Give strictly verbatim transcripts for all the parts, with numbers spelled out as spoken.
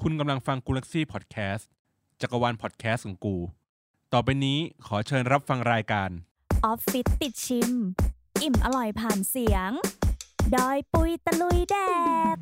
คุณกำลังฟังกูลักซี่พอดแคสต์จักรวาลพอดแคสต์ของกูต่อไปนี้ขอเชิญรับฟังรายการออฟฟิศติดชิมอิ่มอร่อยผ่านเสียงดอยปุยตะลุยแดด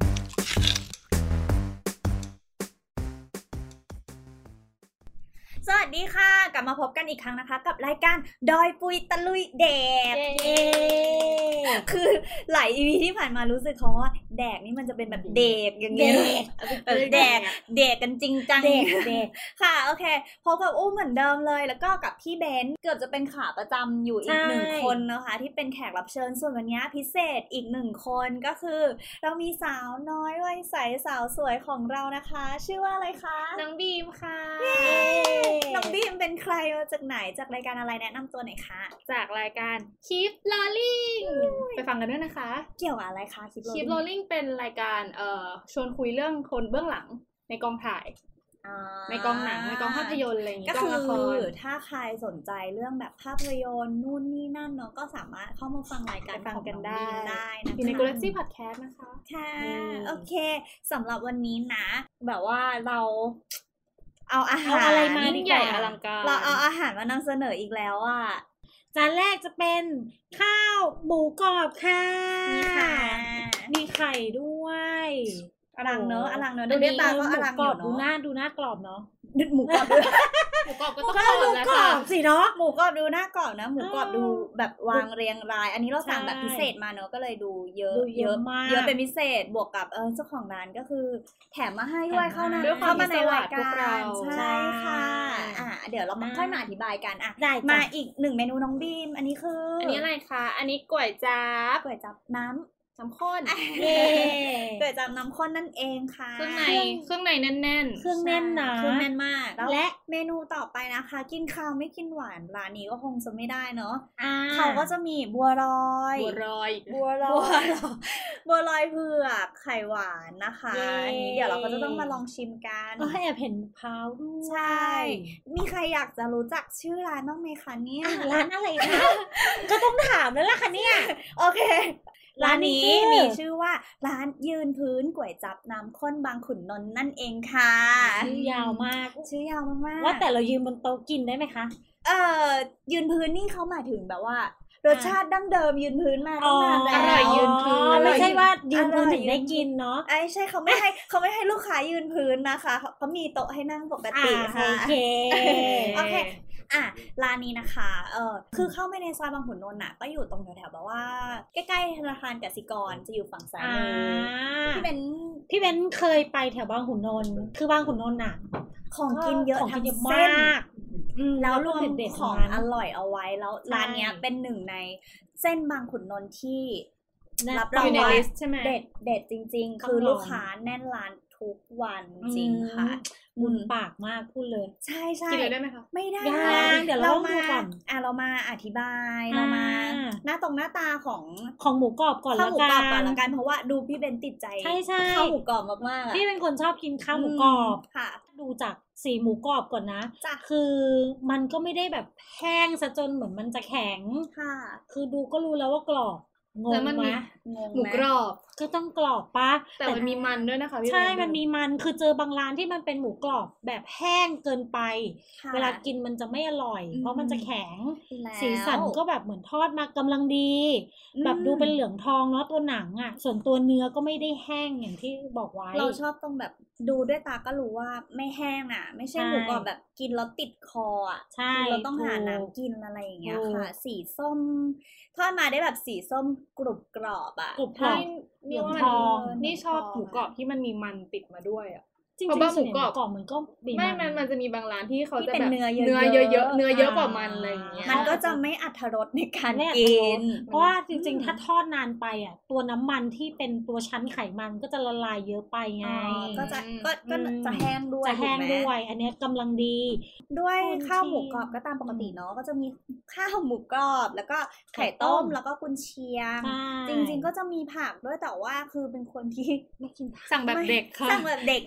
สวัสดีค่ะกลับมาพบกันอีกครั้งนะคะกับรายการดอยปุยตะลุยแดดเย้คือหลาย อี พี ที่ผ่านมารู้สึกเขาว่าแดกนี่มันจะเป็นแบบเด็กอย่างเงี้ยแดกเด็กกันจริงจังเด็กค่ะโอเคพบกับอุ้มเหมือนเดิมเลยแล้วก็กับพี่เบนซ์เกือบจะเป็นขาประจำอยู่อีกหนึ่งคนนะคะที่เป็นแขกรับเชิญส่วนวันนี้พิเศษอีกหนึ่งคนก็คือเรามีสาวน้อยวัยใสสาวสวยของเรานะคะชื่อว่าอะไรคะน้องบีมค่ะน้องบีมเป็นใครมาจากไหนจากรายการอะไรแนะนำตัวหน่อยคะจากรายการ Keep Rolling ไปฟังกันด้วยนะคะเกี่ยวกับอะไรคะ Keep Rolling Keep Rolling เป็นรายการเอ่อชวนคุยเรื่องคนเบื้องหลังในกองถ่ายในกองหนังในกองภาพยนตร์อะไรอย่างงี้ก็คือถ้าใครสนใจเรื่องแบบภาพยนตร์นู่นนี่นั่นเนาะก็สามารถเข้ามาฟังรายการฟังกันได้ได้นะคะอยู่ใน Galaxy Podcast นะคะค่ะโอเคสำหรับวันนี้นะแบบว่าเราเอาอาหารอะไรมายิ่งใหญ่อลังการเราเอาอาหารมานำเสนออีกแล้วอ่ะจานแรกจะเป็นข้าวหมูกรอบค่ะนี่ค่ะมีไข่ด้วยอลังเนอะอลังเนอะดูด้วยตาก็อลังอยู่เนอะดูหน้าดูหน้ากรอบเนาะหมูกรอบด้วยหมูกรอบก็ต้องกรอบแล้วค่ะสิเนาะหมูกรอบดูหน้ากรอบนะหมูกรอบดูแบบวางเรียงรายอันนี้เราสั่งแบบพิเศษมาเนอะก็เลยดูเยอะเยอะมากเยอะเป็นพิเศษบวกกับเออเจ้าของร้านก็คือแถมมาให้ด้วยเข้านะเข้ามาในรายการใช่ค่ะอ่ะเดี๋ยวเรามาค่อยมาอธิบายกันอ่ะมาอีกหนึ่งเมนูน้องบีมอันนี้คืออันนี้อะไรคะอันนี้ก๋วยจั๊บก๋วยจั๊บน้ำน้ำข้นเย้เกิดจากน้ำข้นนั่นเองค่ะเครื่องในเครื่องในแน่นๆเครื่องแน่นนะเครื่องแน่นมากและเมนูต่อไปนะคะกินข้าวไม่กินหวานร้านนี้ก็คงจะไม่ได้เนาะเขาก็จะมีบัวลอยบัวลอยบัวลอยบัวลอยเผือกไข่หวานนะคะอันนี้เดี๋ยวเราก็จะต้องมาลองชิมกันก็ให้แอบเห็นมะพร้าวด้วยใช่มีใครอยากจะรู้จักชื่อร้านบ้างไหมคะเนี่ยร้านอะไรคะก็ต้องถามแล้วล่ะค่ะเนี่ยโอเคร้านนี้มีชื่อว่าร้านยืนพื้นก๋วยจั๊บน้ำข้นบางขุนนนท์นั่นเองค่ะชื่อยาวมากชื่อยาวมากๆว่าแต่เรายืนบนโต๊ะกินได้ไหมคะเอ่อยืนพื้นนี่เขาหมายถึงแบบว่ารสชาติดั้งเดิมยืนพื้นมาตั้งนานแล้วอร่อยยืนพื้นไม่ใช่ว่ายืนพื้นถึงได้กินเนาะไอ้ใช่เขาไม่ให้เขาไม่ให้ลูกค้ายืนพื้นนะคะเขามีโต๊ะให้นั่งปกติค่ะโอเคโอเคอ่ะร้านนี้นะคะเออคือเข้าไปในซอยบางขุนนนท์น่ะก็อยู่ตรงแถวๆแบบว่าใกล้ๆธนาคารกสิกรจะอยู่ฝั่งซ้ายมือพี่เบนพี่เบนเคยไปแถวบางขุนนนท์คือบางขุนนนท์น่ะของกินเยอะทั้งเส้นแล้วรวมของอร่อยเอาไว้แล้วร้านเนี้ยเป็นหนึ่งในเส้นบางขุนนนท์ที่รับรองว่าเด็ดเด็ดจริงๆคือลูกค้าแน่นร้านทุกวันจริงค่ะมุนปากมากพูดเลยใช่ใช่กินเลยได้ไหมคะไม่ได้เดี๋ยวเรามาก่อนอ่ะเรามาอธิบายเรามาหน้าตรงหน้าตาของของหมูกรอบก่อนละกันข้าวหมูกรอบก่อนละกันเพราะว่าดูพี่เบนติดใจใช่ใช่ข้าวหมูกรอบมากๆพี่เป็นคนชอบกินข้าวหมูกรอบค่ะดูจากสีหมูกรอบก่อนนะคือมันก็ไม่ได้แบบแห้งซะจนเหมือนมันจะแข็งค่ะคือดูก็รู้แล้วว่ากรอบงงไหมหมูกรอบก็ต้องกรอบปะแต่มันมีมันด้วยนะคะพี่ใช่มันมีมันคือเจอบางร้านที่มันเป็นหมูกรอบแบบแห้งเกินไปเวลากินมันจะไม่อร่อยเพราะมันจะแข็งสีสันก็แบบเหมือนทอดมากำลังดีแบบดูเป็นเหลืองทองเนาะตัวหนังอ่ะส่วนตัวเนื้อก็ไม่ได้แห้งอย่างที่บอกไว้เราชอบตรงแบบดูด้วยตาก็รู้ว่าไม่แห้งอ่ะไม่ใช่หมูกรอบแบบกินแล้วติดคออ่ะเราต้องหาน้ำกินอะไรอย่างเงี้ยค่ะสีส้มทอดมาได้แบบสีส้มกรุบกรอบอ่ะกรุบกรอบเหลืองทองนี่ชอบหมูกรอบที่มันมีมันติดมาด้วยอ่ะเพราะว่าหมูกรอบมันก็ไม่มันมันจะมีบางร้านที่เขาจะแบบเนื้อเยอะเนื้อเยอะเนื้อเยอะกว่ามันอะไรอย่างเงี้ยมันก็จะไม่อรรถรสในการกินเพราะว่าจริงๆถ้าทอดนานไปอ่ะตัวน้ำมันที่เป็นตัวชั้นไขมันก็จะละลายเยอะไปไงก็จะก็ก็จะแห้งด้วยจะแห้งด้วยอันนี้กำลังดีด้วยข้าวหมูกรอบก็ตามปกติเนาะก็จะมีข้าวหมูกรอบแล้วก็ไข่ต้มแล้วก็กุนเชียงจริงๆก็จะมีผักด้วยแต่ว่าคือเป็นคนที่ไม่กินสั่งแบบเด็กค่ะสั่งแบบเด็กน้อย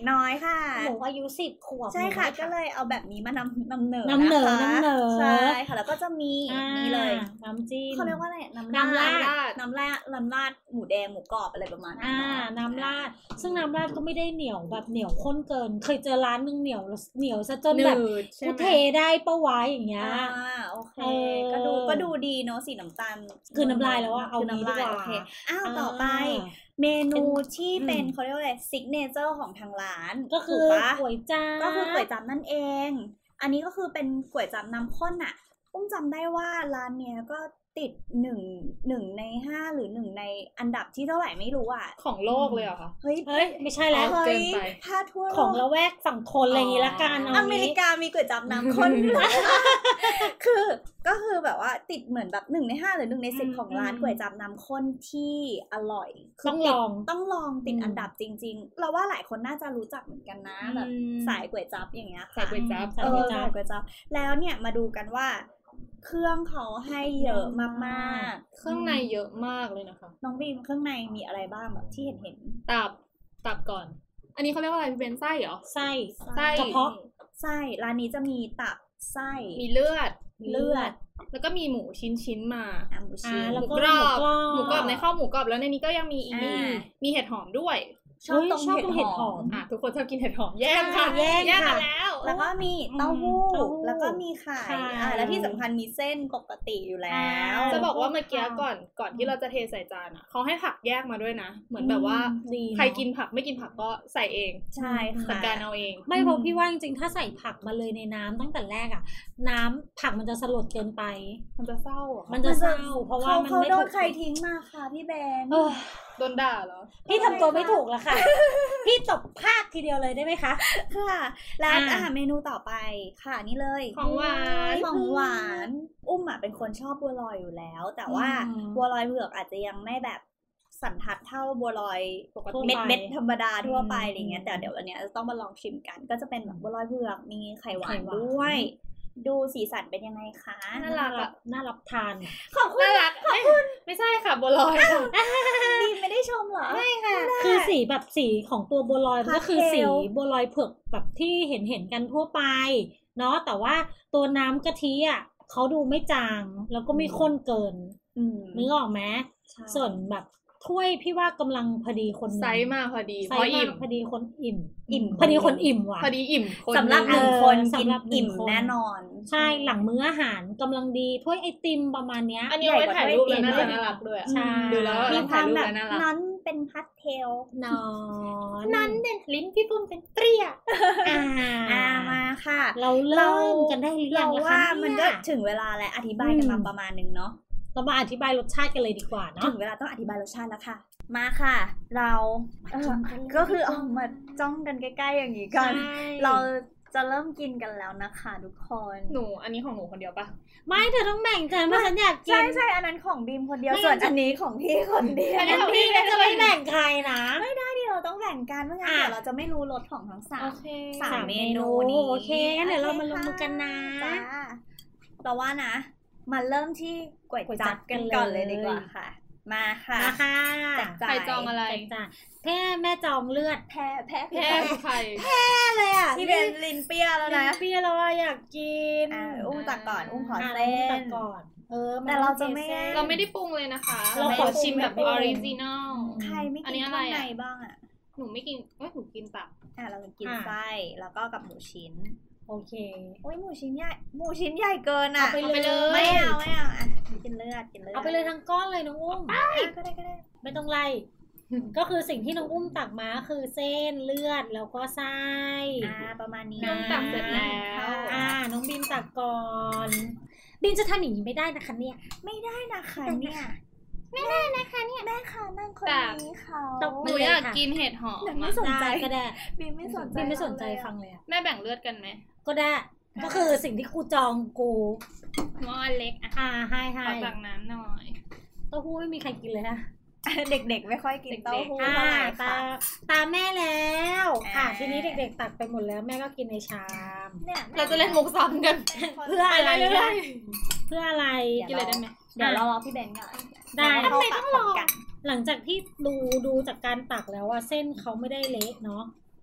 ค่ะหนูอายุสิบขวบใช่ค่ะก็เลยเอาแบบนี้มานำนำเหนอน้ำเหนอน้ำเหนอใช่ค่ะแล้วก็จะมีนี่เลยน้ำจิ้มเขาเรียกว่าอะไรน้ำน้ำราดน้ำราดน้ำราดหมูแดงหมูกรอบอะไรประมาณนั้นอ่าน้ำราดซึ่งน้ำราดก็ไม่ได้เหนียวแบบเหนียวข้นเกินเคยเจอร้านนึงเหนียวเหนียวซะจนแบบกูเทได้ปะวะอย่างเงี้ยอ่าโอเคก็ดูก็ดูดีเนาะสีน้ำตาลคือน้ำลายแล้วว่าเอานี้ดีกว่าโอเคอ้าวต่อไปเมนูที่เป็นเขาเรียกว่าอะไรซิกเนเจอร์ของทางร้านก็คือก๋วยจั๊บก็คือก๋วยจั๊บนั่นเองอันนี้ก็คือเป็นก๋วยจั๊บน้ำข้นอ่ะอุ้มจำได้ว่าร้านเนี้ยก็ติดหนึ่งหนึ่งในห้าหรือหนึ่งในอันดับที่เท่าไหร่ไม่รู้อ่ะของโลกเลยเหรอคะเฮ้ยเฮ้ยไม่ใช่แล้วเกินไปถ้าทั่วของละแวกฝั่งทนอะไรอย่างงี้ละกันอเมริกามีก๋วยจั๊บน้ำข้นคือก็คือแบบว่าติดเหมือนแบบหนึ่งในห้าหรือหนึ่งในสิบของร้านก๋วยจั๊บน้ำข้นที่อร่อยต้องลองต้องลองติดอันดับจริงๆเราว่าหลายคนน่าจะรู้จักเหมือนกันนะแบบสายก๋วยจั๊บอย่างเงี้ยค่ะสายก๋วยจั๊บเออสายก๋วยจั๊บแล้วเนี่ยมาดูกันว่าเครื่องเขาให้เยอะมากๆเครื่องในเยอะมากเลยนะคะน้องบีมเครื่องในมีอะไรบ้างแบบที่เห็นเห็นตับตับก่อนอันนี้เขาเรียกว่าอะไรเป็นไส้เหรอไส้ไส้กระเพาะไส้ร้านนี้จะมีตับไส้มีเลือดเลือดแล้วก็มีหมูชิ้นๆมาหมูชิ้นหมูกรอบหมูกรอบในข้าวหมูกรอบแล้วในนี้ก็ยังมีอีกมีเห็ดหอมด้วยชอบตรงเห็ดหอมอ่ะทุกคนชอบกินเห็ดหอมแยกค่ะแยกกันแล้วแล้วก็มีเต้าหู้แล้วก็มีไข่อ่ะแล้วที่สำคัญมีเส้นปกติอยู่แล้วจะบอกว่าเมื่อกี้ก่อนก่อนที่เราจะเทใส่จานอ่ะเขาให้ผักแยกมาด้วยนะเหมือนแบบว่าใครกินผักไม่กินผักก็ใส่เองใช่ค่ะจัดการเอาเองไม่เพราะพี่ว่าจริงๆถ้าใส่ผักมาเลยในน้ำตั้งแต่แรกอ่ะน้ำผักมันจะสลดเกินไปมันจะเศร้าอ่ะมันจะเศร้าเพราะว่ามันไม่ถูกใครทิ้งมาค่ะพี่แบนโดนด่าเหรอพี่ทำตัวไม่ถูกแล้วค่ะพี่ตบพลาดทีเดียวเลยได้ไหมคะค่ะแล้วอาหารเมนูต่อไปค่ะนี่เลยของหวานของหวานอุ้มอ่ะเป็นคนชอบบัวลอยอยู่แล้วแต่ว่าบัวลอยเผือกอาจจะยังไม่แบบสันทัดเท่าบัวลอยเม็ดเม็ดธรรมดาทั่วไปอะไรเงี้ยแต่เดี๋ยววันนี้จะต้องมาลองชิมกันก็จะเป็นแบบบัวลอยเผือกมีไข่หวานด้วยดูสีสันเป็นยังไงคะน่ารักอ่ะน่ารับทานขอบคุณน่ารักขอบคุณไม่ใช่ค่ะบัวลอยค่ะดีไม่ได้ชมเหรอไม่ค่ะคือสีแบบสีของตัวบัวลอยมันก็คือสีบัวลอยเผือกแบบที่เห็นเห็นกันทั่วไปเนาะแต่ว่าตัวน้ำกะทิอ่ะเขาดูไม่จางแล้วก็ไม่ข้นเกินนึกออกไหมส่วนแบบถ้วยพี่ว่ากำลังพอดีคนไซส์มากพอดีพออิ่มพอดีคนอิ่มอิ่มพอดีคนอิ่มว่ะพอดีอิ่มสำหรับหนึ่งคนกินอิ่มแน่นอนใช่หลังมื้ออาหารกำลังดีถ้วยไอติมประมาณเนี้ยอันนี้ไว้ถ่ายรูปแล้วน่าจะน่ารักด้วยใช่ดูแล้วมีความแบบนั้นเป็นพาสเทลนอนนั้นเป็นลิ้นพี่ปุ้มเป็นเปรี้ยอ่าอ่ามาค่ะเราเริ่มกันได้หรือยังว่ามันก็ถึงเวลาแล้วอธิบายกันมาประมาณนึงเนาะเรามาอธิบายรสชาติกันเลยดีกว่าเนาะถึงเวลาต้องอธิบายรสชาติแล้วค่ะมาค่ะเราก็คือเอามาจ้องกันใกล้ๆอย่างนี้กันเราจะเริ่มกินกันแล้วนะคะทุกคนหนูอันนี้ของหนูคนเดียวปะไม่เธอต้องแบ่งกันเพราะฉันอยากกินใช่ใช่อันนั้นของบีมคนเดียวส่วนอันนี้ของพี่คนเดียวอันนี้ของพี่จะไม่แบ่งใครนะไม่ได้ดิเราต้องแบ่งกันเมื่อไงเดี๋ยวเราจะไม่รู้รสของทั้งสามสามเมนูนี้โอเคงั้นเดี๋ยวเรามาลงมือกันนะเราว่านะมาเริ่มที่ก๋วยจั๊บกันก่อนเลยดีกว่าค่ะมาค่ะมาค่ะใครจองอะไรแพ้แม่จองเลือดแพ้แพ้แพ้ใครแพ้เลยอ่ะที่เป็นลิ้นเปรี้ยแล้วนะเปรี้ยแล้วอยากกินอ่าอุ้มตักก่อนอุ้มขอเส้นตักก่อนเออแต่เราจะไม่เราไม่ได้ปรุงเลยนะคะเราขอชิมแบบออริจินอลใครไม่กินข้างในบ้างอ่ะหนูไม่กินเอ้ยหนูกินตับอ่ะเราจะกินไส้แล้วก็กับหมูชิ้นโอเคโอ้ยหมูชิ้นใหญ่หมูชิ้นใหญ่เกินอ่ะเอาไปเลยไม่เอาไม่เอาอ่ะกินเลือดกินเลือดเอาไปเลยทั้งก้อนเลยน้องอุ้มก็ได้ก็ได้ไม่ต้องไล่ก็คือสิ่งที่น้องอุ้มตักมาคือเส้นเลือดแล้วก็ไส้อ่าประมาณนี้น้องตักเสร็จแล้วอ่าน้องบีมตักก่อนบีมจะทำอย่างนี้ไม่ได้นะคะเนี่ยไม่ได้นะคะเนี่ยไม่ได้นะคะเนี่ยแม่ค่ะนั่งคนนี้เขาหนูอยากกินเห็ดหอมไม่สนใจก็ได้บีมไม่สนใจบีมไม่สนใจฟังเลยแม่แบ่งเลือดกันไหมก็ได้ก็คือสิ่งที่กูจองกูหม้อเล็กอ่ะให้ให้ขอตักน้ำหน่อยเต้าหู้ไม่มีใครกินเลยนะเด็กๆไม่ค่อยกินเต้าหู้เท่าไหร่ค่ะตาแม่แล้วค่ะทีนี้เด็กๆตักไปหมดแล้วแม่ก็กินในชามเนี่ยเราจะเล่นมุกซ้ำกันเพื่ออะไรเพื่ออะไรกินเลยได้ไหมเดี๋ยวเรารอพี่เบนก่อนได้ทำไมต้องรอหลังจากที่ดูดูจากการตักแล้วว่าเส้นเขาไม่ได้เละเนาะ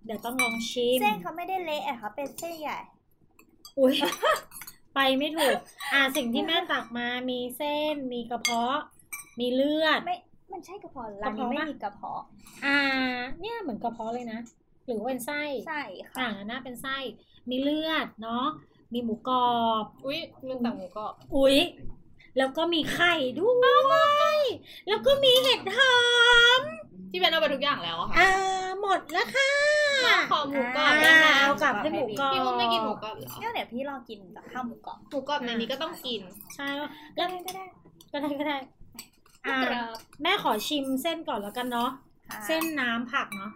เดี๋ยวต้องลองชิมเส้นเขาไม่ได้เละอะเขาเป็นเส้นใหญ่อุ้ย ไปไม่ถูกอ่าสิ่งที่แม่ตักมามีเส้นมีกระเพาะมีเลือดไม่มันใช่กระเพาะร้านนี้ไม่มีกระเพาะอ่าเนี่ยเหมือนกระเพาะเลยนะหรือว่าเป็นไส้ไส้ค่ะต่างกันนะเป็นไส้มีเลือดเนาะมีหมูกรอบอุ้ยมันต่างหมูกรอบอุ้ยแล้วก็มีไข่ด้วยแล้วก็มีเห็ดหอมที่เป็นเอาไปทุกอย่างแล้วค่ะอ่าหมดแล้วค่ะขอหมูกรอบได้ไหมเอากลับให้หมูกรอบพี่ว่าไม่กินหมูกรอบเหรอเดี๋ยวพี่รอกินกับข้าวหมูกรอบหมูกรอบในนี้ก็ต้องกินใช่ก็ได้ก็ได้ก็ได้ก็ได้อ่าแม่ขอชิมเส้นก่อนแล้วกันเนาะเส้นน้ำผักเนาะ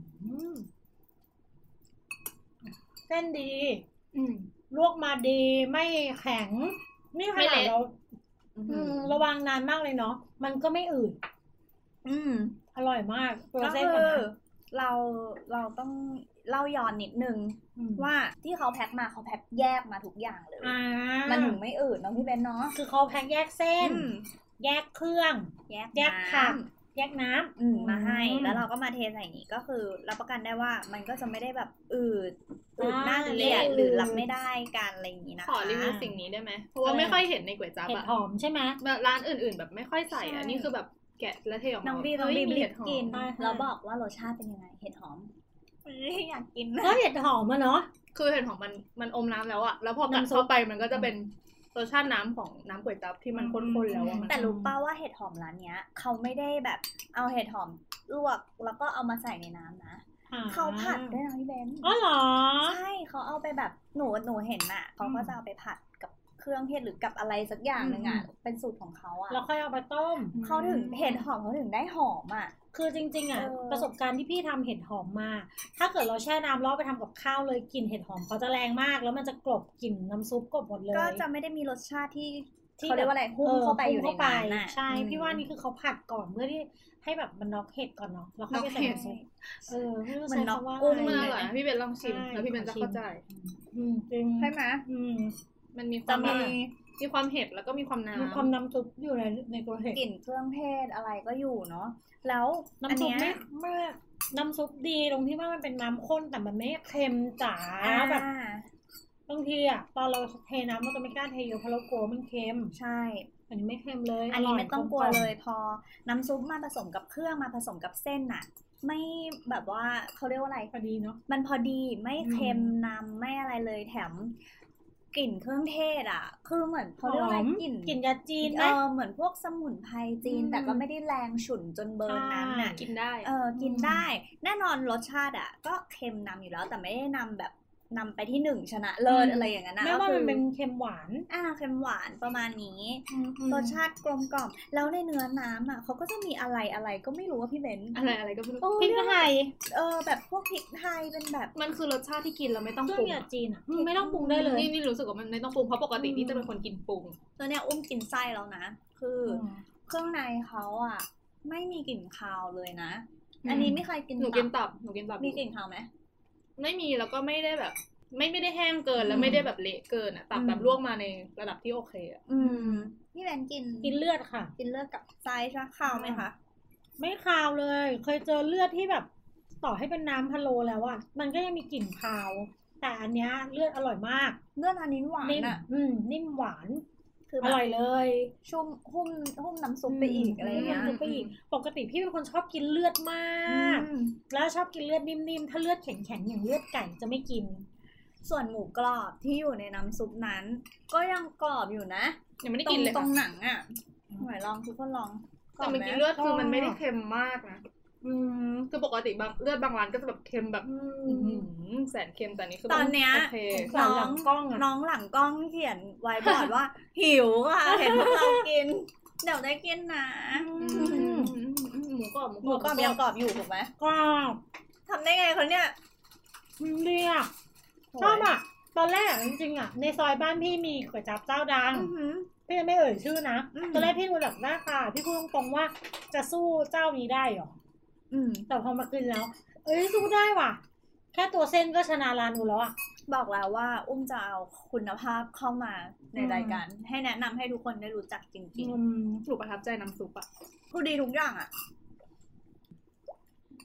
เส้นดีลวกมาดีไม่แข็งนี่ขนาดเราระวังนานมากเลยเนาะมันก็ไม่อืดอืมอร่อยมากตัวเส้นมันเราเราต้องเล่าย้อนนิดนึงว่าที่เขาแพ็คมาเขาแพ็คแยกมาทุกอย่างเลยมันถึงไม่อืดเนาะพี่เบนเนาะคือเขาแพ็คแยกเส้นแยกเครื่องแยกแยกผักแยกน้ำมาให้แล้วเราก็มาเทใส่นี้ก็คือรับประกันได้ว่ามันก็จะไม่ได้แบบอืดอืดน่าเกลียดหรือรับไม่ได้กันอะไรอย่างนี้นะคะขอรีวิวสิ่งนี้ได้ไหมเพราะว่าไม่ค่อยเห็นในก๋วยจั๊บอะเห็ดหอมใช่ไหมแบบร้านอื่นๆแบบไม่ค่อยใส่อันนี้คือแบบแกะแล้วเทออกมาน้องบีน้องบีเห็ดหอมกินเราบอกว่ารสชาติเป็นยังไงเห็ดหอมอยากกินก็เห็ดหอมอะเนาะคือเห็ดหอมมันมันอมน้ำแล้วอะแล้วพอกัดเข้าไปมันก็จะเป็นรสชาติน้ำของน้ำก๋วยจั๊บที่มันข้นๆแล้วอะแต่รู้ป่าวว่าเห็ดหอมร้านเนี้ยเขาไม่ได้แบบเอาเห็ดหอมลวกแล้วก็เอามาใส่ในน้ำนะเขาผัดด้วยนะพี่เบนอ๋อเหรอใช่เขาเอาไปแบบหนูหนูเห็นอะเขาก็จะเอาไปผัดกับเครื่องเทศหรือกับอะไรสักอย่างนึงอะเป็นสูตรของเขาอะแล้วค่อยเอาไปต้มเขาถึงเห็ดหอมเขาถึงได้หอมอะคือจริงๆอ่ะประสบการณ์ที่พี่ทำเห็ดหอมมาถ้าเกิดเราแช่น้ำแล้วไปทำกับข้าวเลยกลิ่นเห็ดหอมเขาจะแรงมากแล้วมันจะกลบกลิ่นน้ำซุปกลบหมดเลยก็จะไม่ได้มีรสชาติที่เขาเรียกว่าอะไรหุ้มเข้าไปอยู่ในนั้นน่ะใช่พี่ว่านี่คือเขาผัดก่อนเพื่อที่ให้แบบมันน็อกเห็ดก่อนเนาะแล้วค่อยไปใส่น้ำซุปเออมันน็อกกุ้งมันอร่อยพี่เบนลองชิมแล้วพี่เบนจะเข้าใจจริงใช่ไหมมันมีความมีความเห็ดแล้วก็มีความน้ำมีความน้ำซุปอยู่ในในตัวเห็ดกลิ่นเครื่องเทศอะไรก็อยู่เนาะแล้วน้ำซุปไม่ไม่น้ำซุปดีตรงที่ว่ามันเป็นน้ำข้นแต่มันไม่เค็มจ๋าแบบบางทีอ่ะตอนเราเทน้ำเราจะไม่กล้าเทเยอะเพราะเรากลัวมันเค็มใช่อันนี้ไม่เค็มเลยอันนี้ไม่ต้องกลัวเลยพอน้ำซุปมาผสมกับเครื่องมาผสมกับเส้นน่ะไม่แบบว่าเขาเรียกว่าอะไรพอดีเนาะมันพอดีไม่เค็มนำไม่อะไรเลยแถมกลิ่นเครื่องเทศอ่ะคือเหมือนเขาเรียกว่ากลิ่นกลิ่นยาจีนเออเหมือนพวกสมุนไพรจีนแต่ก็ไม่ได้แรงฉุนจนเบิร์นนั้นน่ะกินได้เออกินได้แน่นอนรสชาติอ่ะก็เค็มนำอยู่แล้วแต่ไม่ได้นำแบบนำไปที่หนึ่งชนะเลิศอะไรอย่างนั้นนะไม่ว่ามันเป็นเค็มหวานอ่าเค็มหวานประมาณนี้รสชาติกลมกล่อมแล้วในเนื้อน้ำอ่ะเขาก็จะมีอะไรอะไรก็ไม่รู้ว่าพี่เบนอะไรอะไรก็ไม่รู้พริกไทยเออแบบพวกพริกไทยเป็นแบบมันคือรสชาติที่กินเราไม่ต้องปรุงอ่ะจีนอ่ะไม่ต้องปรุงได้เลยนี่นี่รู้สึกว่ามันไม่ต้องปรุงเพราะปกตินี่จะเป็นคนกินปรุงตัวเนี้ยอุ้มกินไส้แล้วนะคือเครื่องในเขาอ่ะไม่มีกลิ่นคาวเลยนะอันนี้ไม่เคยกินหนูกินตับหนูกินตับมีกลิ่นคาวไหมไม่มีแล้วก็ไม่ได้แบบไม่ไม่ได้แห้งเกินแล้วไม่ได้แบบเละเกินอ่ะตับแบบลวกมาในระดับที่โอเคอ่ะอืมพี่แบนกินกินเลือดค่ะกินเลือดกับไส้ใช่คาวไหมคะไม่คาวเลยเคยเจอเลือดที่แบบต่อให้เป็นน้ำพะโล้แล้วอ่ะมันก็ยังมีกลิ่นคาวแต่อันเนี้ยเลือดอร่อยมากเลือดอันนี้หวานอ่ะอืมนิ่มหวานคืออร่อยเลยชุ่มหุ้มหุ้มน้ำซุปไปอีกอะไรเงี้ยไปอีกปกติพี่เป็นคนชอบกินเลือดมากแล้วชอบกินเลือดนิ่มๆถ้าเลือดแข็งๆอย่างเลือดไก่จะไม่กินส่วนหมูกรอบที่อยู่ในน้ำซุปนั้นก็ยังกรอบอยู่นะยังไม่ได้กินเลยตรงหนังอ่ะหน่อยลองทุกคนลองแต่เมื่อกี้เลือดคือมันไม่ได้เค็มมากนะอืมคือปกติบางเลือดบางร้านก็จะแบบเค็มแบบแสนเค็มแต่นี้คือตอนเนี้ยน้องกล้องน้องหลังกล้องเขียนไว้บอร์ดว่าหิวค่ะเห็นพวกเรากินเดี๋ยวได้กินนะหมูกรอบหมูกรอบยังกรอบอยู่ถูกไหมกรอบทำได้ไงคนเนี้ยเรียกชอบอ่ะตอนแรกจริงๆอ่ะในซอยบ้านพี่มีก๋วยจั๊บเจ้าดังพี่ไม่เอ่ยชื่อนะตอนแรกพี่ดูจากหน้าตาพี่พูดตรงๆว่าจะสู้เจ้านี้ได้หรอแต่พอมากินแล้วเอ้ยสู้ได้ว่ะแค่ตัวเส้นก็ชนะร้านนูแล้วอ่ะบอกแล้วว่าอุ้มจะเอาคุณภาพเข้ามาในรายการให้แนะนำให้ทุกคนได้รู้จักจริงๆถูกประทับใจน้ำซุปอ่ะผู้ดีทุกอย่างอ่ะ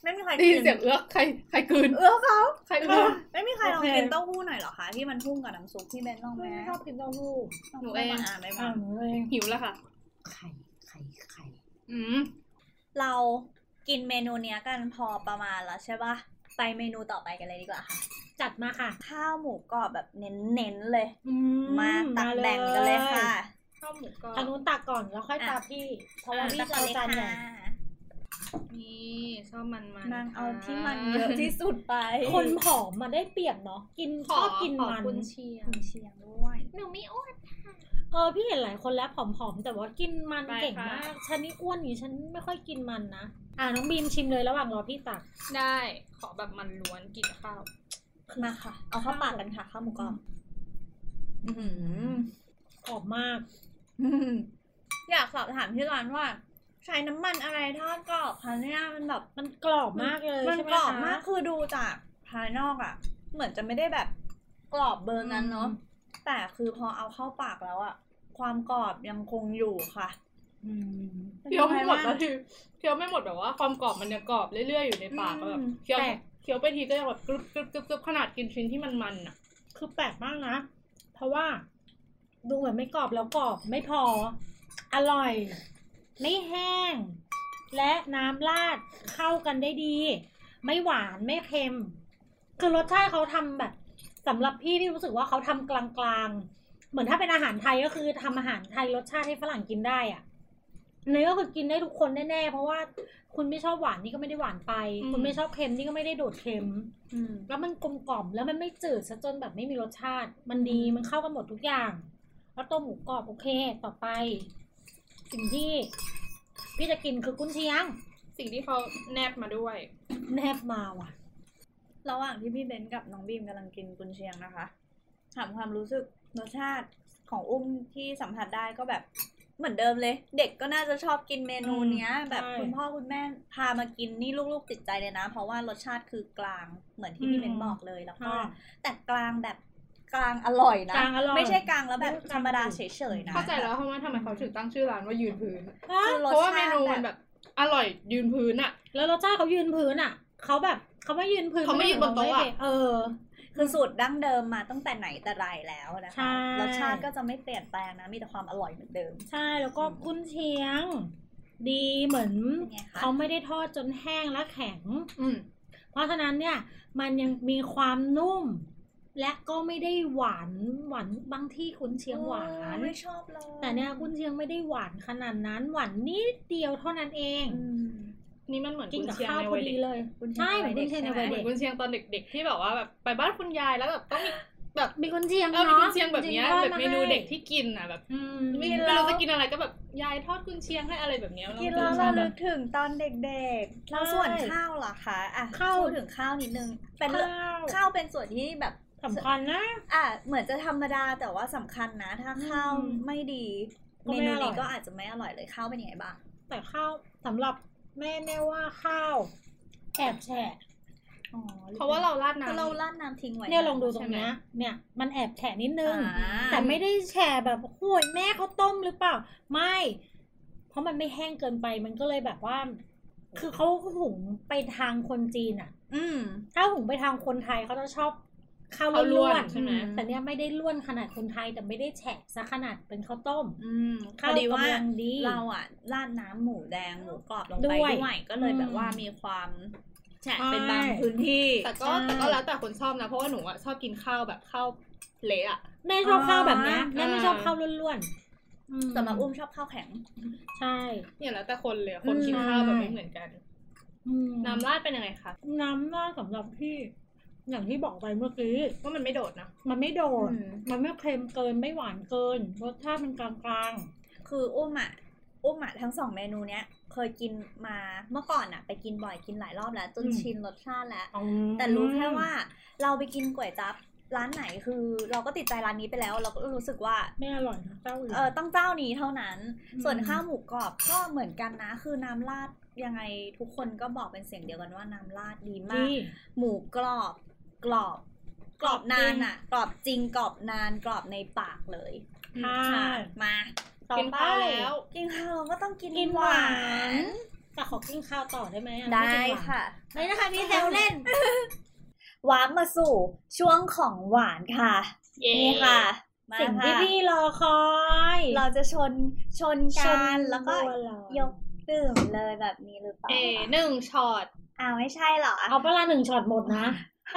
ไม่มีใครได้ยินเสียงเอื้อกใครใครกลืนเอื้อเขาใครเอื้อไม่มีใครลองกินเต้าหู้หน่อยเหรอคะที่มันพุ่งกับน้ำซุปที่เบนลองไหมชอบกินเต้าหู้หนูเองอ่านไม่มาหนูเองหิวแล้วค่ะไข่ไข่ไข่อืมเรากินเมนูเนี้ยกันพอประมาณแล้วใช่ป่ะไปเมนูต่อไปกันเลยดีกว่าค่ะจัดมาค่ะข้าวหมูกรอบแบบเน้นๆเลยมาตักแบ่งกันเลยค่ะข้าวหมูกรอบทางนู้นตักก่อนแล้วค่อยตามพี่เพราะว่าพี่จะเอาจานใหญ่นี่ชอบมันมันนางเอาที่มันเยอะที่สุดไปคนผอมมาได้เปรียบเนาะกินชอบกินมันกุนเชียงกุนเชียงด้วยหนูไม่อ้วนค่ะเออพี่เห็นหลายคนแล้วผอมๆแต่ว่ากินมันเก่งมากฉันนี่อ้วนอยู่ฉันไม่ค่อยกินมันนะอ่ะน้องบีมชิมเลยระหว่างรอพี่ตักได้ขอแบบมันล้วนกินข้าวมาค่ะเอาเข้าปากกันค่ะข้าวหมูกรอบกรอบมากอยากสอบถามที่ร้านว่าใช้น้ำมันอะไรทอดกรอบคะเนี่ยมันแบบมันกรอบมากเลยมันกรอบมากคือดูจากภายนอกอ่ะเหมือนจะไม่ได้แบบกรอบเบอร์นั้นเนาะแต่คือพอเอาเข้าปากแล้วอ่ะความกรอบยังคงอยู่ค่ะเคี้ยวไม่หมดแล้วทีเคี้ยวไม่หมดแบบว่าความกรอบมันยังกรอบเรื่อยๆอยู่ในปากแบบเคี้ยวเคี้ยวไปทีก็ยังแบบกรึบกรึบกรึบกรึบขนาดกินชิ้นที่มันมันอ่ะคือแปลกมากนะเพราะว่าดูเหมือนไม่กรอบแล้วกรอบไม่พออร่อยไม่แห้งและน้ำราดเข้ากันได้ดีไม่หวานไม่เค็มคือรสชาติเขาทำแบบสำหรับพี่พี่รู้สึกว่าเขาทำกลางๆเหมือนถ้าเป็นอาหารไทยก็คือทำอาหารไทยรสชาติให้ฝรั่งกินได้อ่ะนี่ก็คือกินได้ทุกคนแน่ๆเพราะว่าคุณไม่ชอบหวานนี่ก็ไม่ได้หวานไปคุณไม่ชอบเค็มนี่ก็ไม่ได้โดดเค็มแล้วมันกลมกล่อมแล้วมันไม่จืดซะจนแบบไม่มีรสชาติมันดีมันเข้ากันหมดทุกอย่างแล้วตัวหมูกรอบโอเคต่อไปสิ่งที่พี่จะกินคือกุนเชียงสิ่งที่เขาแนบมาด้วยแนบมาว่ะระหว่างที่พี่เบนกับน้องบีมกำลังกินกุนเชียงนะคะถามความรู้สึกรสชาติของอุ้มที่สัมผัสได้ก็แบบเหมือนเดิมเลยเด็กก็น่าจะชอบกินเมนูเนี้ยแบบคุณพ่อคุณแม่พามากินนี่ลูกๆติดใจเลยนะเพราะว่ารสชาติคือกลางเหมือนที่พี่เบนบอกเลยแล้วก็แต่กลางแบบกลางอร่อยนะไม่ใช่กลางแล้วแบบธรรมดาเฉยๆนะเข้าใจแล้วเพราะว่าทำไมเขาถึงตั้งชื่อร้านว่ายืนพื้นเพราะว่าเมนูมันแบบอร่อยยืนพื้นอะแล้วรสชาติเขายืนพื้นอะเขาแบบเขาไม่ยืนพื้นเขาไม่ยืนบนโต๊ะเออคือสูตรดั้งเดิมมาตั้งแต่ไหนแต่ไรแล้วนะคะรสชาติก็จะไม่เปลี่ยนแปลงนะมีแต่ความอร่อยเหมือนเดิมใช่แล้วก็กุนเชียงดีเหมือนเขาไม่ได้ทอดจนแห้งและแข็งเพราะฉะนั้นเนี่ยมันยังมีความนุ่มและก็ไม่ได้หวานหวานบางที่กุนเชียงหวานไม่ชอบเลยแต่เนี่ยกุนเชียงไม่ได้หวานขนาดนั้นหวานนิดเดียวเท่านั้นเองนี่มันเหมือนกินกับข้าวพอดีเลยใช่เหมือนกุนเชียงในวัยเด็กกุนเชียงตอนเด็กๆที่แบบว่าแบบไปบ้านคุณยายแล้วแบบต้องมีแบบมีกุนเชียงเนาะมีกุนเชียงแบบนี้แบบเมนูเด็กที่กินอ่ะแบบไม่รู้จะกินอะไรก็แบบยายทอดกุนเชียงให้อะไรแบบนี้กินแล้วเราลึกถึงตอนเด็กๆแล้วส่วนข้าวล่ะคะอ่ะข้าวถึงข้าวนิดนึงเป็นข้าวเป็นส่วนที่แบบสำคัญนะอ่ะเหมือนจะธรรมดาแต่ว่าสำคัญนะถ้าข้าวไม่ดีเมนูนี้ก็อาจจะไม่อร่อยเลยข้าวเป็นยังไงบ้างแต่ข้าวสำหรับแม่แม่ว่าข้าวแอบแฉะเพราะว่าเราราดน้ำเราราดน้ำทิ้งไว้เนี่ยลองดูตรงนี้เนี่ยมันแอบแฉะนิดนึงแต่ไม่ได้แฉะแบบโอ้ยแม่เขาต้มหรือเปล่าไม่เพราะมันไม่แห้งเกินไปมันก็เลยแบบว่าคือเขาหุงไปทางคนจีนอ่ะอืมถ้าหุงไปทางคนไทยเขาจะชอบข้าวล้วนใช่ไหมแต่เนี้ยไม่ได้ล้วนขนาดคนไทยแต่ไม่ได้แฉะซะขนาดเป็นข้าวต้มข้าวดีว่าเราอ่ะราดน้ำหมูแดงหมูกรอบลงไปด้วยก็เลยแบบว่ามีความแฉะเป็นบางพื้นที่แต่ก็แต่ก็แล้วแต่คนชอบนะเพราะว่าหนูอ่ะชอบกินข้าวแบบข้าวเละอ่ะแม่ชอบข้าวแบบนี้แม่ไม่ชอบข้าวล้วนๆสำหรับอุ้มชอบข้าวแข็งใช่เนี่ยแล้วแต่คนเลยคนกินข้าวแบบไม่เหมือนกันน้ำราดเป็นยังไงคะน้ำราดสำหรับพี่อย่างที่บอกไปเมื่อกี้ว่ามันไม่โดดนะมันไม่โดดมันไม่เค็มเกินไม่หวานเกินรสชาติมันกลางๆคืออุ้มอ่ะอุ้มอ่ะทั้งสองเมนูเนี้ยเคยกินมาเมื่อก่อนอ่ะไปกินบ่อยกินหลายรอบแล้วจนชินรสชาติแล้วแต่รู้แค่ว่าเราไปกินก๋วยจั๊บร้านไหนคือเราก็ติดใจร้านนี้ไปแล้วเราก็รู้สึกว่าไม่อร่อยเจ้าอื่นเออต้องเจ้านี้เท่านั้นส่วนข้าวหมูกรอบก็เหมือนกันนะคือน้ำราดยังไงทุกคนก็บอกเป็นเสียงเดียวกันว่าน้ำราดดีมากหมูกรอบกรอบกรอบนานอ่ะกรอบจริงกรอบนานกรอบในปากเลยค่ะมาต่อไปแล้วกินข้าวเราก็ต้องกินหวานแต่ขอกินข้าวต่อได้ไหมได้ค่ะได้นะคะพี่แซวเล่นวาร์ปมาสู่ช่วงของหวานค่ะนี่ค่ะมาสิ่งที่ค่ะพี่รอคอยเราจะชนชนชกันนแล้วก็บัวลอยยกดื่มเลยแบบนี้หรือเปล่าเอหนึ่งช็อตอ้าวไม่ใช่เหรอเอาเวลาหนึ่งช็อตหมดนะ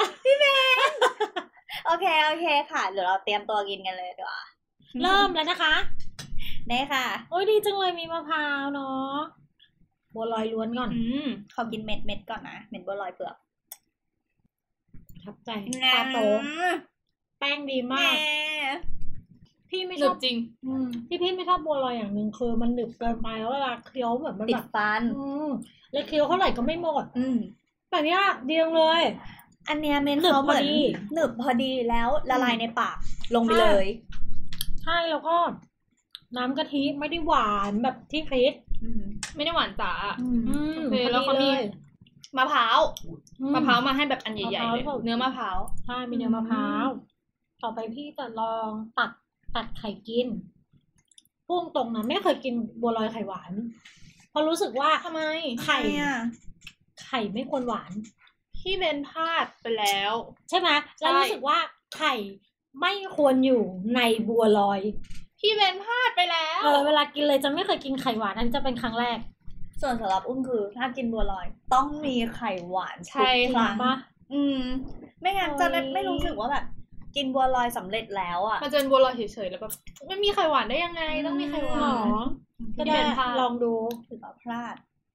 โอเคโอเคค่ะเดี๋ยวเราเตรียมตัวกินกันเลยดีกว่าเริ่มแล้วนะคะได้ค่ะโอ้ยดีจังเลยมีมะพร้าวเนาะบัวลอยล้วนก่อนอืมขอกินเม็ดเม็ดก่อนนะเม็ดบัวลอยเปลือกทับใจตาโตแป้งดีมาก พี่ไม่หชนึอบบ จริงอืมที่พี่ไม่ชอบบัวลอยอย่างหนึ่งคือมันหนึบเกินไปแล้วเวลาเคี้ยวเหมือนมันติแบดบฟันอืมแล้วเคี้ยวเท่าไหร่ก็ไม่หมดอืมแต่เนี้ยดีจังเลยอันเนี้ยเม็ดหนึบเขาเหมือนพอดีหนึบพอดีแล้วละลายในปากลงไปเลยใช่แล้วก็ น้ำกะทิไม่ได้หวานแบบที่คิดอืมไม่ได้หวานจ๋าอืมอืมโอเคแล้วเขามีพอดียมะพร้าวอืมะพร้าวมาให้แบบอันใหญ่ๆเลยมะพร้าวเนื้อมะพร้าวใช่มีเนื้อมะพร้าว ต่อไปพี่จะลองตัดตัดไข่กินพุ่งตรงนะไม่เคยกินบัวลอยไข่หวานเพราะรู้สึกว่าทำไมไข่ทำไมอ่ะไข่ไม่ควรหวานพี่เบนพลาดไปแล้วใช่ไหมใช่แล้วรู้สึกว่าไข่ไม่ควรอยู่ในบัวลอยพี่เบนพลาดไปแล้วเออเวลากินเลยจะไม่เคยกินไข่หวานอันนจะเป็นครั้งแรกส่วนสำหรับอุ้มคือถ้ากินบัวลอย ต้องมีไข่หวานใช่ทุกคค่ะรั้งปะอืม ไม่งั้นโอ้ยจะไม่ไม่รู้สึกว่าแบบ กินบัวลอยสำเร็จแล้วอ่ะมันจะเป็นบัวลอยเฉยๆแล้วแบบไม่มีไข่หวานได้ยังไง ต้องมีไข่หวาหรอน ก็พี่ได้เบนพลาดลองดูถือว่าพลาด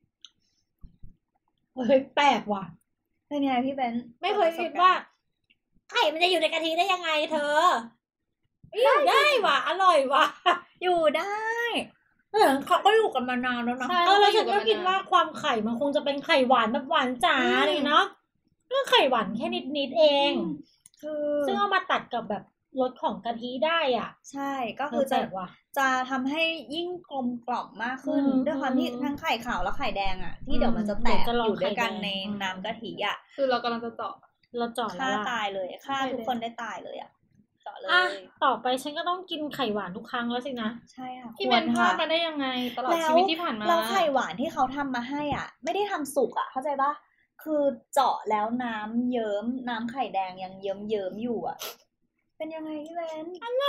เฮ้ยแปลกว่ะเป็นไงพี่เบนไม่เคยคิดว่า ไข่มันจะอยู่ในกะทิได้ยังไงเธออยู่ได้ว่ะอร่อยว่ะอยู่ได้เออเขาก็อยู่กันมานานแล้วนะใช่เออแล้วฉันก็คิดว่าความไข่มันคงจะเป็นไข่หวานแบบหวานจ๋าอืมเลยเนาะเรื่องไข่หวานแค่นิดนิดๆเองคือซึ่งเอามาตัดกับแบบรสของกะทิได้อ่ะใช่ก็เอคืออแปจะลกว่ะจะทำให้ยิ่งกลมกล่อมมากขึ้นอืมด้วยความที่อืมทั้งไข่ขาวและไข่แดงอ่ะ ที่เดี๋ยวมันจะแตเดี๋กยวจะลองอยู่ด้วยกันไข่แดงในอืมน้ำกะทิอ่ะคือเรากำลังจะเจาะเราเจอดแล้ฆ่าวอะตายเลยฆ่าใช่ทุกคนได้ตายเลยอ่ะเจาะเลอ่ะยต่อไปฉันก็ต้องกินไข่หวานทุกครั้งแล้วสินะใช่ค่ะพี่ควเบรนพลาค่ะดมาได้ยังไง ตลอดแล้วชีวิตที่ผ่านมาแล้วไข่หวานที่เขาทำมาให้อ่ะ ไม่ได้ทำสุกอ่ะ เข้าใจปะคือเจาะแล้วน้ำเยิ้มน้ำไข่แดงยังเยิ้มเยิ้มๆอยู่อ่ะ เป็นยังไงพี่เบน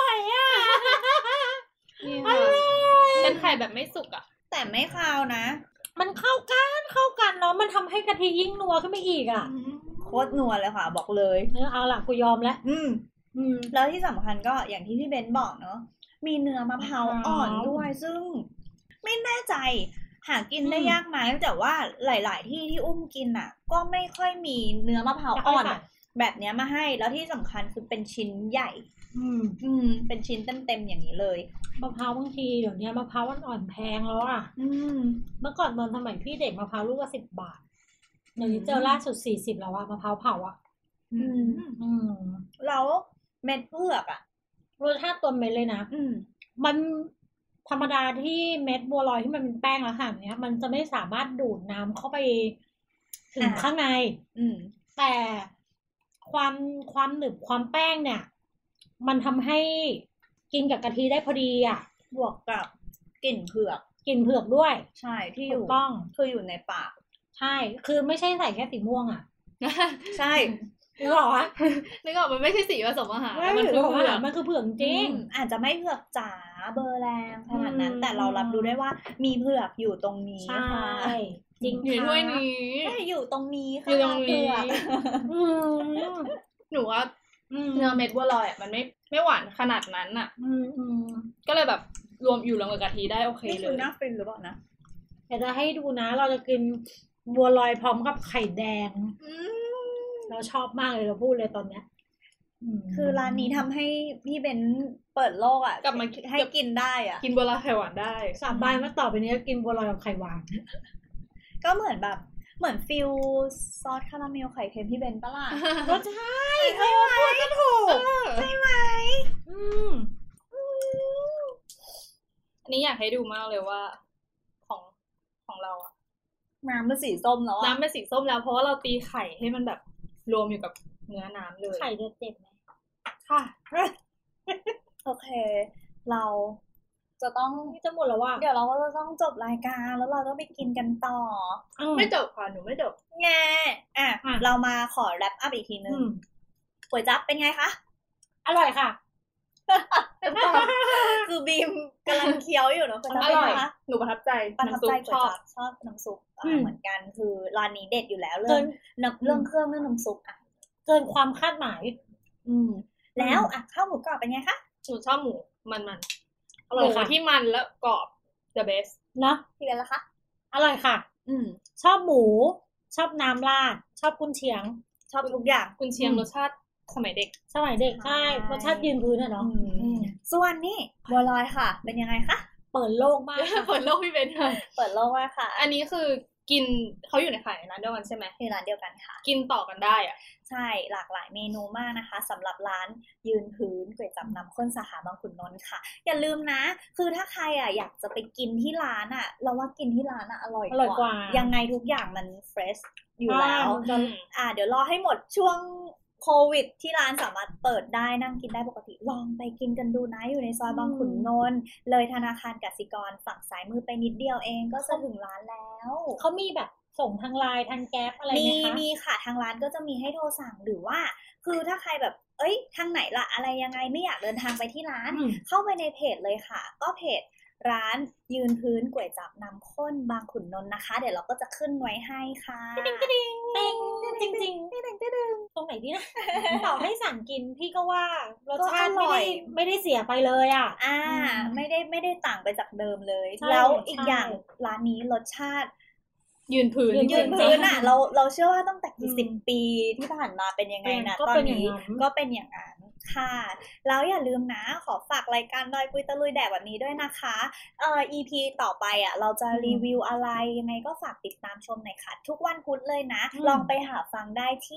นี่ค่ะเป็นไข่แบบไม่สุกอ่ะแต่ไม่คาวนะมันเข้ากันเข้ากันเนาะมันทำให้กะทิยิ่งนัวขึ้นไปอีกอ่ะโคตรนัวเลยค่ะ บอกเลยเออเอาล่ะกูยอมแล้วอืมอืมแล้วที่สำคัญก็อย่างที่พี่เบนบอกเนาะมีเนื้อมะพร้าวมะพร้าวอ่อนด้วย ซึ่งไม่แน่ใจ หากินได้อืมยากไหมแต่ว่าหลาย ๆ ที่ที่อุ้มกินอ่ะ ก็ไม่ค่อยมีเนื้อมะพร้าวอ่อนไม่ค่อยค่ะแบบเนี้ยมาให้ แล้วที่สำคัญคือเป็นชิ้นใหญ่อืมอืม เป็นชิ้นเต็มๆอย่างนี้เลยมะพร้าวบางทีเดี๋ยวนี้มะพร้าวอ่อนๆแพงแล้วอ่ะอืมเมื่อก่อนตอนสมัยพี่เด็กมะพร้าวลูกละสิบบาทเดี๋ยวนี้เจอล่าสุดสี่สิบแล้วอะมะพร้าวเผาอะอืมอืมแล้วเม็ดเผือกอ่ะรสชาติตัวเม็ดเลยนะอืมมันธรรมดาที่เม็ดบัวลอยที่มันเป็นแป้งแล้วค่ะเนี้ย มันจะไม่สามารถดูดน้ำเข้าไปถึงอ่าข้างในอืมแต่ความความหนึบความแป้งเนี่ย มันทำให้กินกับกะทิได้พอดีอ่ะบวกกับกลิ่นเผือกกลิ่นเผือกด้วยใช่ที่อถูยู่กต้องคืออยู่ในปากใช่ คือไม่ใช่ใส่แค่สีม่วงอ่ะใช่นึกออกปะนึกออกมันไม่ใช่สีผสมอาหารไม่มันถืคือ อว่าเผือกมันคือเผือกจริงอืมอาจจะไม่เผือกจ๋าเบอร์แรงขนาดนั้นอืมแต่เรารับรู้ได้ว่ามีเผือกอยู่ตรงนี้ใช่ค่ะจริงอยู่ค่ะถ้วยนี้ใช่อยู่ตรงนี้ค่ะอยู่ตรงนี้เผือกอืมหนูว่าอืมเนื้อเม็ดบัวลอยอ่ะมันไม่ไม่หวานขนาดนั้นอ่ะอืมอืมก็เลยแบบรวมอยู่รวมกับกะทิได้โอเคนี่เลคือย น่าฟินหรือเปล่านะเดี๋ยวจะให้ดูนะ เราจะกินบัวลอยพร้อมกับไข่แดงอืมเราชอบมากเลยเราพูดเลยตอนเนี้ยมคือร้านนี้ทำให้พี่เบนเปิดโลกอ่ะกลับมาให้กินได้อ่ะกินบัวลอยไข่หวานได้สาบานว่าต่อไปนี้จะกินบัวลอยกับไข่หวานก็เหมือนแบบเหมือนฟิลซอสคาราเมลไข่เค็มพี่เบนปะล่ะก็ใช่ใช่ไหมพูดก็ถูกใช่ไหมอืมอันนี้อยากให้ดูมากเลยว่าของของเราอะน้ำเป็นสีส้มแล้วอ่ะน้ำเป็นสีส้มแล้วเพราะว่าเราตีไข่ให้มันแบบรวมอยู่กับเนื้อน้ำเลยไข่จะเจ็บไหมค่ะโอเค เราจะต้องจะหมดแล้วว่ะเดี๋ยวเราก็จะต้องจบรายการแล้วเราต้องไปกินกันต่อไม่จบค่ะหนูไม่จบไงอ่ะเรามาขอแรปอัพอีกทีนึงก๋วยจั๊บเป็นไงคะอร่อยค่ะคือบีมกำลังเคี้ยวอยู่เนาะก๋วยจั๊บอเป็นร่อยไงคะหนูประทับใจประทับใจก๋วยจั๊บชอบน้ำซุปเหมือนกันคือร้านนี้เด็ดอยู่แล้วเรื่องเรื่องเครื่องเรื่องน้ำซุปอ่ะเกินความคาดหมายอืมแล้วอ่ะข้าวหมูกรอบเป็นไงคะหนูชอบหมูมันมันอร่อยค่ะที่มันและกรอบ the best เนาะพี่เป็นละคะอร่อยค่ะอืมชอบหมูชอบน้ำราดชอบกุนเชียงชอบทุกอย่างกุนเชียงรสชาติสมัยเด็กสมัยเด็กใช่รสชาติยืนพื้นอ่ะเนาะส่วนนี่บัวลอยค่ะเป็นยังไงคะเปิดโลกมากเปิดโลกพี่เบนค่ะเปิดโลกมากค่ะอันนี้คือกินเขาอยู่ในขายร้านเดียวกันใช่ไหมในร้านเดียวกันค่ะกินต่อกันได้อ่ะใช่หลากหลายเมนูมากนะคะสำหรับร้านยืนพื้นก๋วยจั๊บน้ำข้นสาขาบางขุนนนท์ค่ะอย่าลืมนะคือถ้าใครอ่ะอยากจะไปกินที่ร้านอ่ะเราว่ากินที่ร้านอ่ะอร่อยกว่ายังไงทุกอย่างมันเฟรชอยู่แล้วอ่าเดี๋ยวรอให้หมดช่วงโควิดที่ร้านสามารถเปิดได้นั่งกินได้ปกติลองไปกินกันดูนะอยู่ในซอยบางขุนนนท์เลยธนาคารกสิกรฝั่งซ้ายมือไปนิดเดียวเองก็จะถึงร้านแล้วเขามีแบบส่งทางไลน์ทางแก๊ปอะไรไหมคะมีมีค่ะทางร้านก็จะมีให้โทรสั่งหรือว่าคือถ้าใครแบบเอ้ยทางไหนล่ะอะไรยังไงไม่อยากเดินทางไปที่ร้านเข้าไปในเพจเลยค่ะก็เพจร้านยืนพื้นก๋วยจั๊บน้ำข้นบางขุนนนท์นะคะเดี๋ยวเราก็จะขึ้นไว้ให้ค่ะติ๊งติ๊งติ๊งจริงๆติ๊งติ๊งติ๊งตรงไหนดีนะต่อให้สั่งกินพี่ก็ว่ารสชาติไม่ได้ไม่ได้เสียไปเลยอ่ะอ่าไม่ได้ไม่ได้ต่างไปจากเดิมเลยแล้วอีกอย่างร้านนี้รสชาติยืนพื้นยืนพื้นอ่ะเราเราเชื่อว่าตั้งแต่กี่สิบปีที่ผ่านมาเป็นยังไงนะตอนนี้ก็เป็นอย่างนั้นค่ะแล้วอย่าลืมนะขอฝากรายการดอยปุยตะลุยแดกแบบนี้ด้วยนะคะเอ่อ อี พี ต่อไปอ่ะเราจะรีวิวอะไรยังไงก็ฝากติดตามชมหน่อยค่ะทุกวันพุธเลยนะลองไปหาฟังได้ที่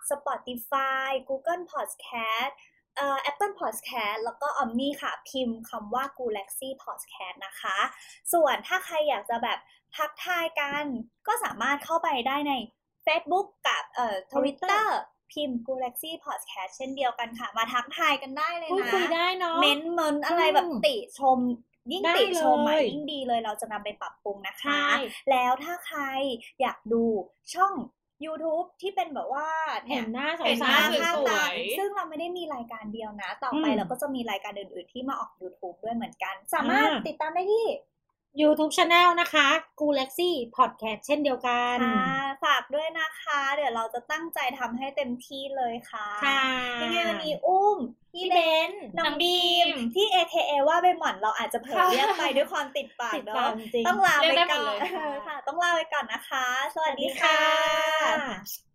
Spotify Google Podcast เอ่อ Apple Podcast แล้วก็ Omni ค่ะพิมพ์คำว่า Galaxy Podcast นะคะส่วนถ้าใครอยากจะแบบทักทายกันก็สามารถเข้าไปได้ใน Facebook กับเอ่อ Twitter พิมพ์ Galaxy Podcast เช่นเดียวกันค่ะมาทักทายกันได้เลยนะคุยได้เนาะเม้นเมนอะไรแบบติชมยิ่งติชมมายิ่งดีเลยเราจะนำไปปรับปรุงนะคะแล้วถ้าใครอยากดูช่อง YouTube ที่เป็นแบบว่าเห็นหน้าสวยๆซึ่งเราไม่ได้มีรายการเดียวนะต่อไปเราก็จะมีรายการอื่นๆที่มาออก YouTube ด้วยเหมือนกันสามารถติดตามได้ที่ YouTube Channel นะคะ Galaxy Podcast เช่นเดียวกันฝากด้วยนะคะเดี๋ยวเราจะตั้งใจทำให้เต็มที่เลยค่ะยังไงวันนี้อุ้มพี่เบนน้องบีมที่ เอ เค เอ ว่าไปหม่อนเราอาจจะเผลอเรียกไปด้วยความติดปากเนาะต้องลาไปก่อนค่ะต้องลาไปก่อนนะคะสวัสดีค่ะ